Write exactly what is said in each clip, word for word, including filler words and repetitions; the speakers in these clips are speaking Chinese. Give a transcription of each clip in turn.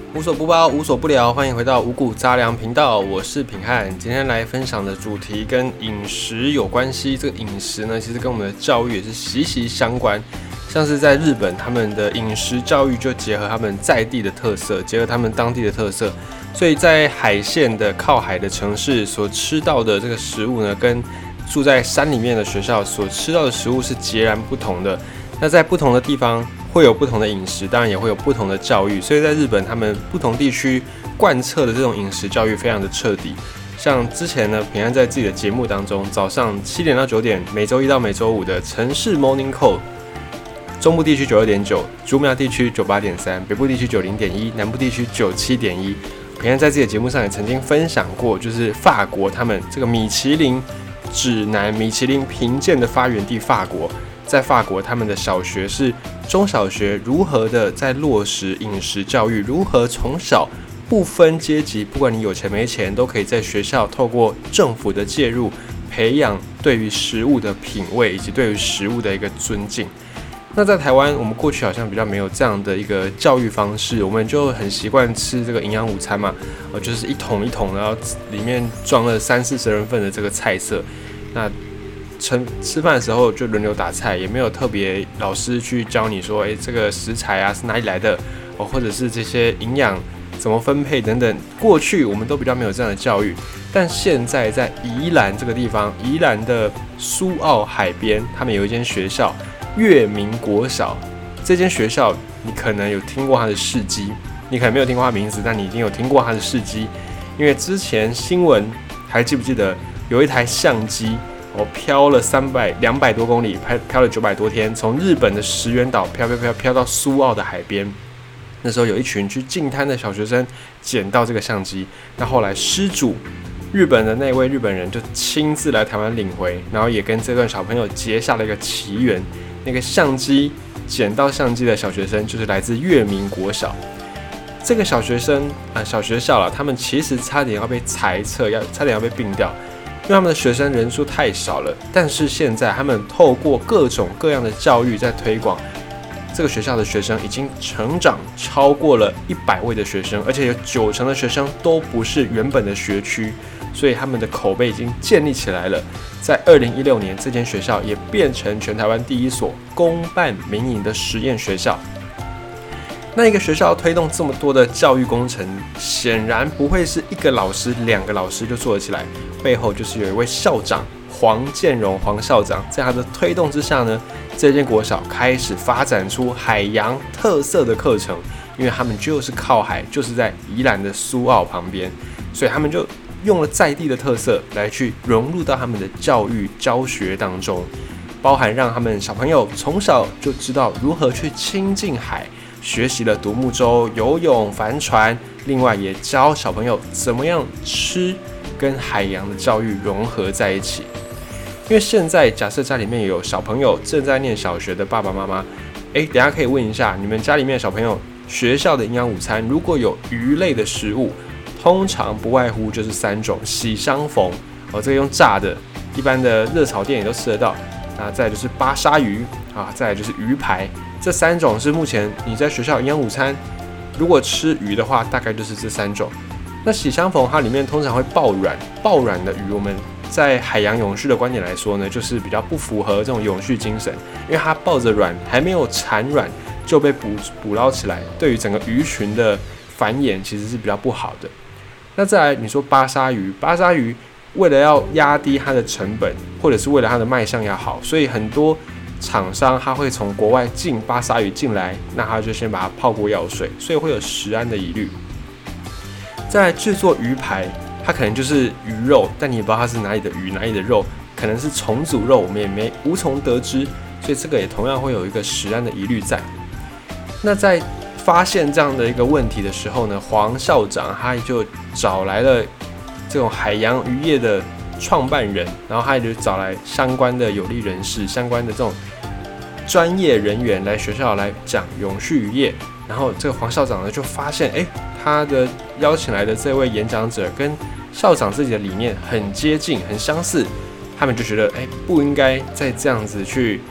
无所不包，无所不聊，欢迎回到五谷杂粮频道，我是品汉。今天来分享的主题跟饮食有关系。这个饮食呢，其实跟我们的教育也是息息相关。像是在日本，他们的饮食教育就结合他们在地的特色，结合他们当地的特色，所以在海线的靠海的城市所吃到的这个食物呢，跟住在山里面的学校所吃到的食物是截然不同的。那在不同的地方会有不同的饮食，当然也会有不同的教育，所以在日本他们不同地区贯彻的这种饮食教育非常的彻底。像之前呢，平安在自己的节目当中，早上七点到九点，每周一到每周五的城市 Morning Call， 中部地区九二点九，竹苗地区九八点三，北部地区九零点一，南部地区九七点一。平安在自己的节目上也曾经分享过，就是法国他们这个米其林指南、米其林评鉴的发源地法国。在法国，他们的小学是中小学如何的在落实饮食教育，如何从小不分阶级，不管你有钱没钱，都可以在学校透过政府的介入，培养对于食物的品味以及对于食物的一个尊敬。那在台湾，我们过去好像比较没有这样的一个教育方式，我们就很习惯吃这个营养午餐嘛，呃，就是一桶一桶，然后里面装了三四十人份的这个菜色，那吃饭的时候就轮流打菜，也没有特别老师去教你说，哎、欸，这个食材啊是哪里来的哦，或者是这些营养怎么分配等等。过去我们都比较没有这样的教育，但现在在宜兰这个地方，宜兰的苏澳海边，他们有一间学校，月明国小。这间学校你可能有听过它的事迹，你可能没有听过它的名字，但你一定有听过它的事迹，因为之前新闻还记不记得有一台相机？我飘了三百两百多公里，飘了九百多天，从日本的石垣岛飘飘飘飘到苏澳的海边。那时候有一群去净滩的小学生捡到这个相机，那后来失主日本的那位日本人就亲自来台湾领回，然后也跟这段小朋友结下了一个奇缘。那个相机捡到相机的小学生就是来自月明国小。这个小学生啊、呃，小学校啦，他们其实差点要被裁撤，要差点要被并掉。因为他们的学生人数太少了，但是现在他们透过各种各样的教育在推广，这个学校的学生已经成长超过了一百位的学生，而且有九成的学生都不是原本的学区，所以他们的口碑已经建立起来了。在二零一六年，这间学校也变成全台湾第一所公办民营的实验学校。那一个学校推动这么多的教育工程，显然不会是一个老师、两个老师就做得起来，背后就是有一位校长黄建荣黄校长，在他的推动之下呢，这间国小开始发展出海洋特色的课程，因为他们就是靠海，就是在宜兰的苏澳旁边，所以他们就用了在地的特色来去融入到他们的教育教学当中，包含让他们小朋友从小就知道如何去亲近海。学习了独木舟、游泳、帆船，另外也教小朋友怎么样吃跟海洋的教育融合在一起。因为现在假设家里面有小朋友正在念小学的爸爸妈妈，哎，等一下可以问一下，你们家里面的小朋友学校的营养午餐如果有鱼类的食物，通常不外乎就是三种：喜相逢哦，这个用炸的，一般的热炒店也都吃得到。那再来就是巴沙鱼啊，再来就是鱼排。这三种是目前你在学校营养午餐，如果吃鱼的话，大概就是这三种。那喜相逢它里面通常会爆卵，爆卵的鱼，我们在海洋永续的观点来说呢，就是比较不符合这种永续精神，因为它抱着卵还没有产卵就被捕捕捞起来，对于整个鱼群的繁衍其实是比较不好的。那再来你说巴沙鱼，巴沙鱼为了要压低它的成本，或者是为了它的卖相要好，所以很多厂商他会从国外进巴沙鱼进来，那他就先把它泡过药水，所以会有食安的疑虑。再来制作鱼排，它可能就是鱼肉，但你也不知道它是哪里的鱼，哪里的肉，可能是重组肉，我们也没无从得知，所以这个也同样会有一个食安的疑虑在。那在发现这样的一个问题的时候呢，黄校长他就找来了这种海洋渔业的创办人，然后他也就找来相关的有利人士、相关的这种专业人员来学校来讲永续渔业。然后这个黄校长呢就发现，哎，他的邀请来的这位演讲者跟校长自己的理念很接近、很相似，他们就觉得，哎，不应该再这样子去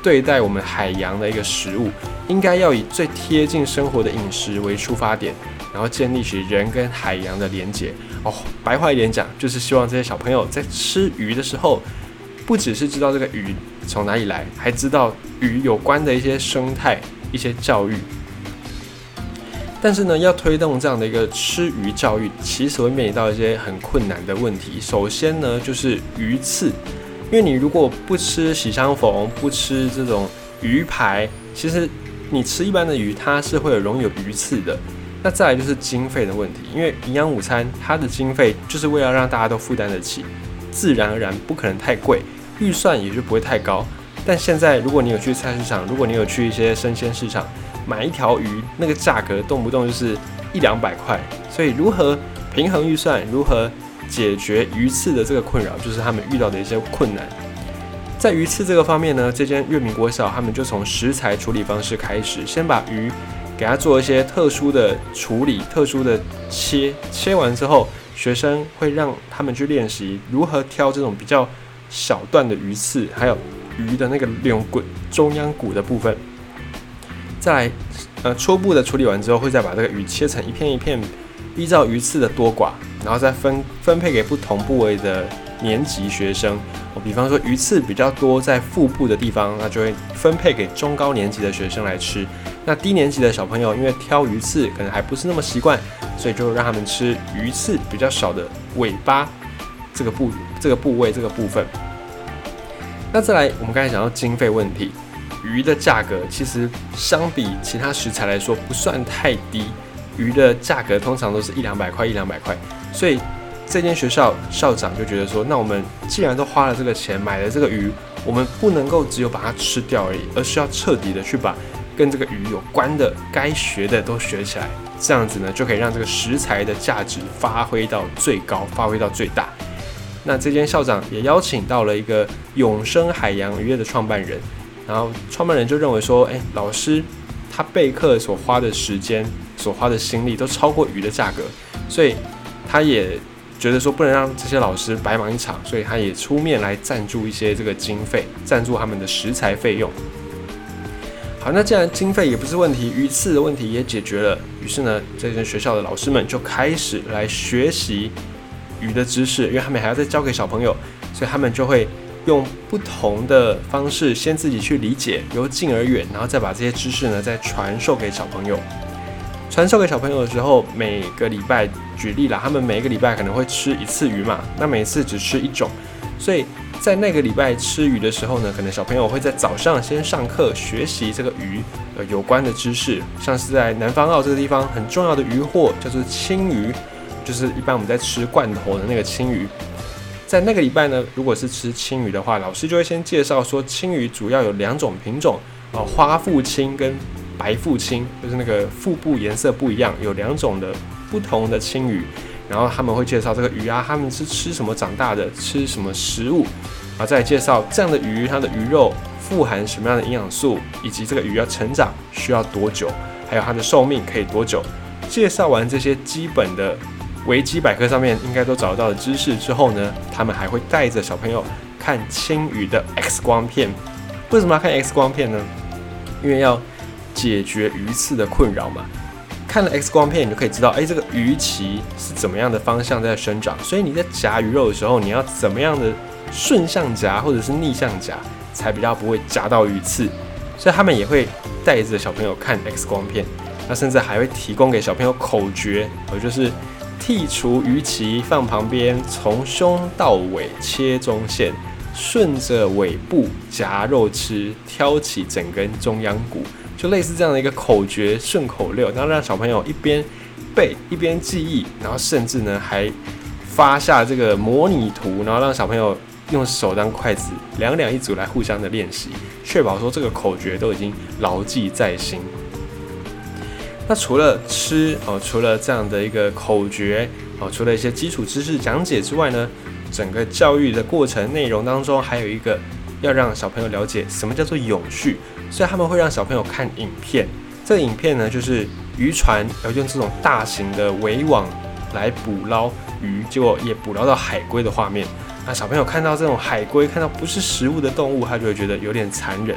对待我们海洋的一个食物，应该要以最贴近生活的饮食为出发点，然后建立起人跟海洋的连结。哦，白话一点讲，就是希望这些小朋友在吃鱼的时候，不只是知道这个鱼从哪里来，还知道鱼有关的一些生态、一些教育。但是呢，要推动这样的一个吃鱼教育，其实会面临到一些很困难的问题。首先呢，就是鱼刺，因为你如果不吃喜相逢，不吃这种鱼排，其实你吃一般的鱼，它是会有容易有鱼刺的。那再来就是经费的问题，因为营养午餐它的经费就是为了让大家都负担得起，自然而然不可能太贵，预算也就不会太高。但现在如果你有去菜市场，如果你有去一些生鲜市场，买一条鱼，那个价格动不动就是一两百块，所以如何平衡预算，如何解决鱼刺的这个困扰，就是他们遇到的一些困难。在鱼刺这个方面呢，这间月明国小他们就从食材处理方式开始，先把鱼给它做一些特殊的处理，特殊的切，切完之后，学生会让他们去练习如何挑这种比较小段的鱼刺，还有鱼的那个龙骨中央骨的部分。再来，呃，初步的处理完之后，会再把这个鱼切成一片一片，依照鱼刺的多寡，然后再分分配给不同部位的年级学生。我比方说鱼刺比较多在腹部的地方，那就会分配给中高年级的学生来吃。那低年级的小朋友，因为挑鱼刺可能还不是那么习惯，所以就让他们吃鱼刺比较少的尾巴这个部这个部位这个部分。那再来，我们刚才讲到经费问题。鱼的价格其实相比其他食材来说不算太低，鱼的价格通常都是一两百块，一两百块，所以这间学校校长就觉得说，那我们既然都花了这个钱买了这个鱼，我们不能够只有把它吃掉而已，而是要彻底的去把跟这个鱼有关的该学的都学起来，这样子呢就可以让这个食材的价值发挥到最高，发挥到最大。那这间校长也邀请到了一个永生海洋渔业的创办人。然后创办人就认为说，哎，老师他备课所花的时间、所花的心力都超过鱼的价格，所以他也觉得说不能让这些老师白忙一场，所以他也出面来赞助一些这个经费，赞助他们的食材费用。好，那既然经费也不是问题，鱼刺的问题也解决了，于是呢，这间学校的老师们就开始来学习鱼的知识，因为他们还要再教给小朋友，所以他们就会用不同的方式先自己去理解，由近而远，然后再把这些知识呢再传授给小朋友。传授给小朋友的时候，每个礼拜举例啦，他们每一个礼拜可能会吃一次鱼嘛，那每次只吃一种，所以在那个礼拜吃鱼的时候呢，可能小朋友会在早上先上课学习这个鱼呃有关的知识，像是在南方澳这个地方很重要的鱼货叫做青鱼，就是一般我们在吃罐头的那个青鱼。在那个礼拜呢，如果是吃青鱼的话，老师就会先介绍说，青鱼主要有两种品种，呃，花腹青跟白腹青，就是那个腹部颜色不一样，有两种的不同的青鱼。然后他们会介绍这个鱼啊，他们是吃什么长大的，吃什么食物，然后再介绍这样的鱼，它的鱼肉富含什么样的营养素，以及这个鱼要成长需要多久，还有它的寿命可以多久。介绍完这些基本的维基百科上面应该都找得到的知识之后呢，他们还会带着小朋友看青鱼的 X 光片。为什么要看 X 光片呢？因为要解决鱼刺的困扰嘛。看了 X 光片，你就可以知道，哎，这个鱼鳍是怎么样的方向在生长。所以你在夹鱼肉的时候，你要怎么样的顺向夹或者是逆向夹，才比较不会夹到鱼刺。所以他们也会带着小朋友看 X 光片，那甚至还会提供给小朋友口诀，也就是剔除鱼鳍放旁边，从胸到尾切中线，顺着尾部夹肉吃，挑起整根中央骨，就类似这样的一个口诀顺口溜，然后让小朋友一边背一边记忆，然后甚至呢还发下这个模拟图，然后让小朋友用手当筷子，两两一组来互相的练习，确保说这个口诀都已经牢记在心。那除了吃哦，除了这样的一个口诀哦，除了一些基础知识讲解之外呢，整个教育的过程内容当中，还有一个要让小朋友了解什么叫做永续，所以他们会让小朋友看影片。这个影片呢，就是渔船要用这种大型的围网来捕捞鱼，结果也捕捞到海龟的画面。那小朋友看到这种海龟，看到不是食物的动物，他就会觉得有点残忍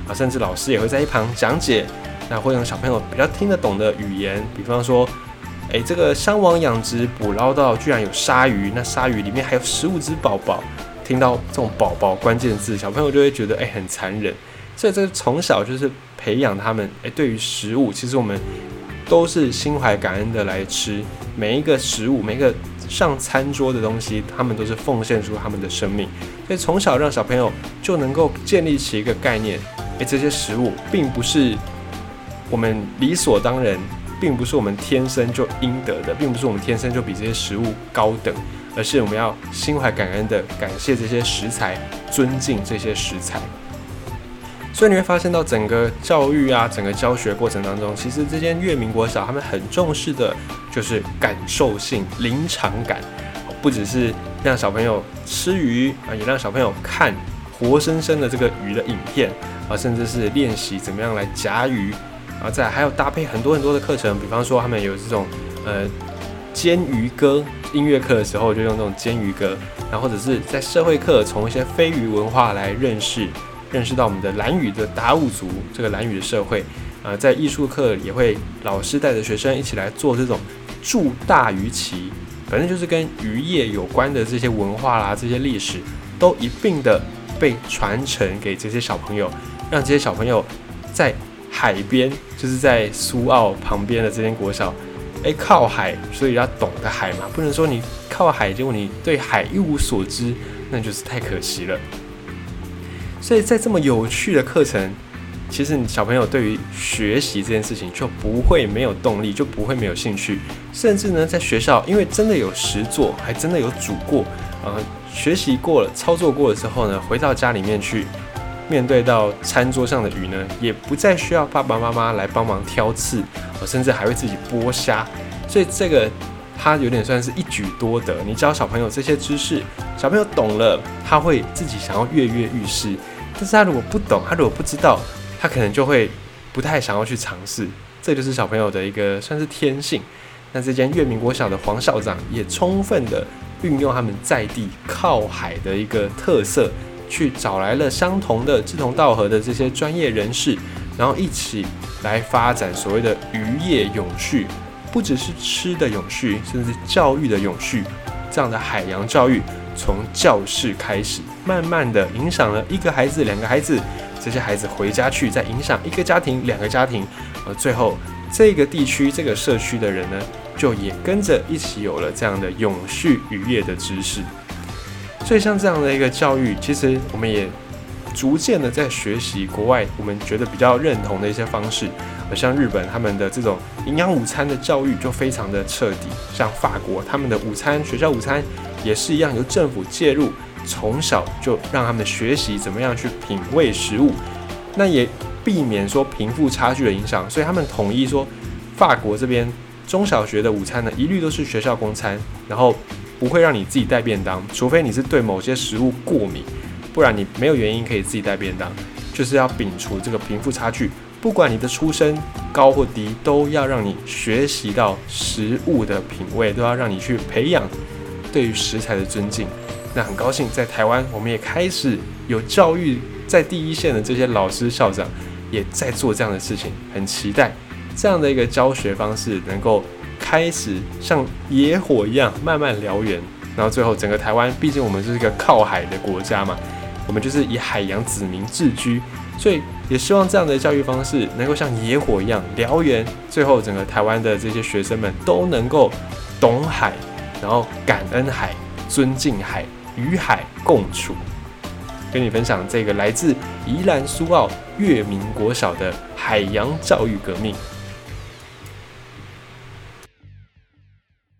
啊，甚至老师也会在一旁讲解，那会用小朋友比较听得懂的语言，比方说，哎，这个伤亡养殖捕捞到居然有鲨鱼，那鲨鱼里面还有十五只宝宝，听到这种宝宝关键字，小朋友就会觉得哎很残忍，所以这个从小就是培养他们哎对于食物，其实我们都是心怀感恩的来吃每一个食物，每一个上餐桌的东西，他们都是奉献出他们的生命，所以从小让小朋友就能够建立起一个概念，哎，这些食物并不是我们理所当然，并不是我们天生就应得的，并不是我们天生就比这些食物高等，而是我们要心怀感恩的感谢这些食材，尊敬这些食材。所以你会发现到整个教育啊，整个教学过程当中，其实这间月明国小他们很重视的就是感受性、临场感，不只是让小朋友吃鱼啊，也让小朋友看活生生的这个鱼的影片啊，甚至是练习怎么样来夹鱼啊，再来还有搭配很多很多的课程，比方说他们有这种呃煎鱼歌，音乐课的时候就用这种煎鱼歌，然后或者是在社会课从一些非鱼文化来认识。认识到我们的兰屿的达悟族，这个兰屿的社会，呃，在艺术课也会老师带着学生一起来做这种筑大鱼旗，反正就是跟渔业有关的这些文化啦、这些历史，都一并的被传承给这些小朋友，让这些小朋友在海边，就是在苏澳旁边的这间国小，哎，靠海，所以要懂得海嘛，不能说你靠海，结果你对海一无所知，那就是太可惜了。所以在这么有趣的课程，其实你小朋友对于学习这件事情就不会没有动力，就不会没有兴趣，甚至呢，在学校因为真的有实作，还真的有煮过，呃，学习过了、操作过了之后呢，回到家里面去，面对到餐桌上的鱼呢，也不再需要爸爸妈妈来帮忙挑刺，呃，甚至还会自己剥虾，所以这个它有点算是一举多得。你教小朋友这些知识，小朋友懂了，他会自己想要跃跃欲试。但是他如果不懂，他如果不知道，他可能就会不太想要去尝试。这就是小朋友的一个算是天性。那这间月明国小的黄校长也充分的运用他们在地靠海的一个特色，去找来了相同的志同道合的这些专业人士，然后一起来发展所谓的渔业永续，不只是吃的永续，甚至教育的永续。这样的海洋教育从教室开始，慢慢的影响了一个孩子、两个孩子，这些孩子回家去，再影响一个家庭、两个家庭，而最后这个地区、这个社区的人呢，就也跟着一起有了这样的永续渔业的知识。所以像这样的一个教育，其实我们也逐渐的在学习国外我们觉得比较认同的一些方式。而像日本他们的这种营养午餐的教育就非常的彻底，像法国他们的午餐学校午餐也是一样，由政府介入，从小就让他们学习怎么样去品味食物，那也避免说贫富差距的影响，所以他们统一说，法国这边中小学的午餐呢，一律都是学校供餐，然后不会让你自己带便当，除非你是对某些食物过敏，不然你没有原因可以自己带便当，就是要摒除这个贫富差距。不管你的出身高或低，都要让你学习到食物的品味，都要让你去培养对于食材的尊敬。那很高兴在台湾，我们也开始有教育在第一线的这些老师校长也在做这样的事情，很期待这样的一个教学方式能够开始像野火一样慢慢燎原，然后最后整个台湾，毕竟我们是一个靠海的国家嘛，我们就是以海洋子民自居，所以也希望这样的教育方式能够像野火一样燎原，最后整个台湾的这些学生们都能够懂海，然后感恩海、尊敬海、与海共处。跟你分享这个来自宜兰苏澳月明国小的海洋教育革命。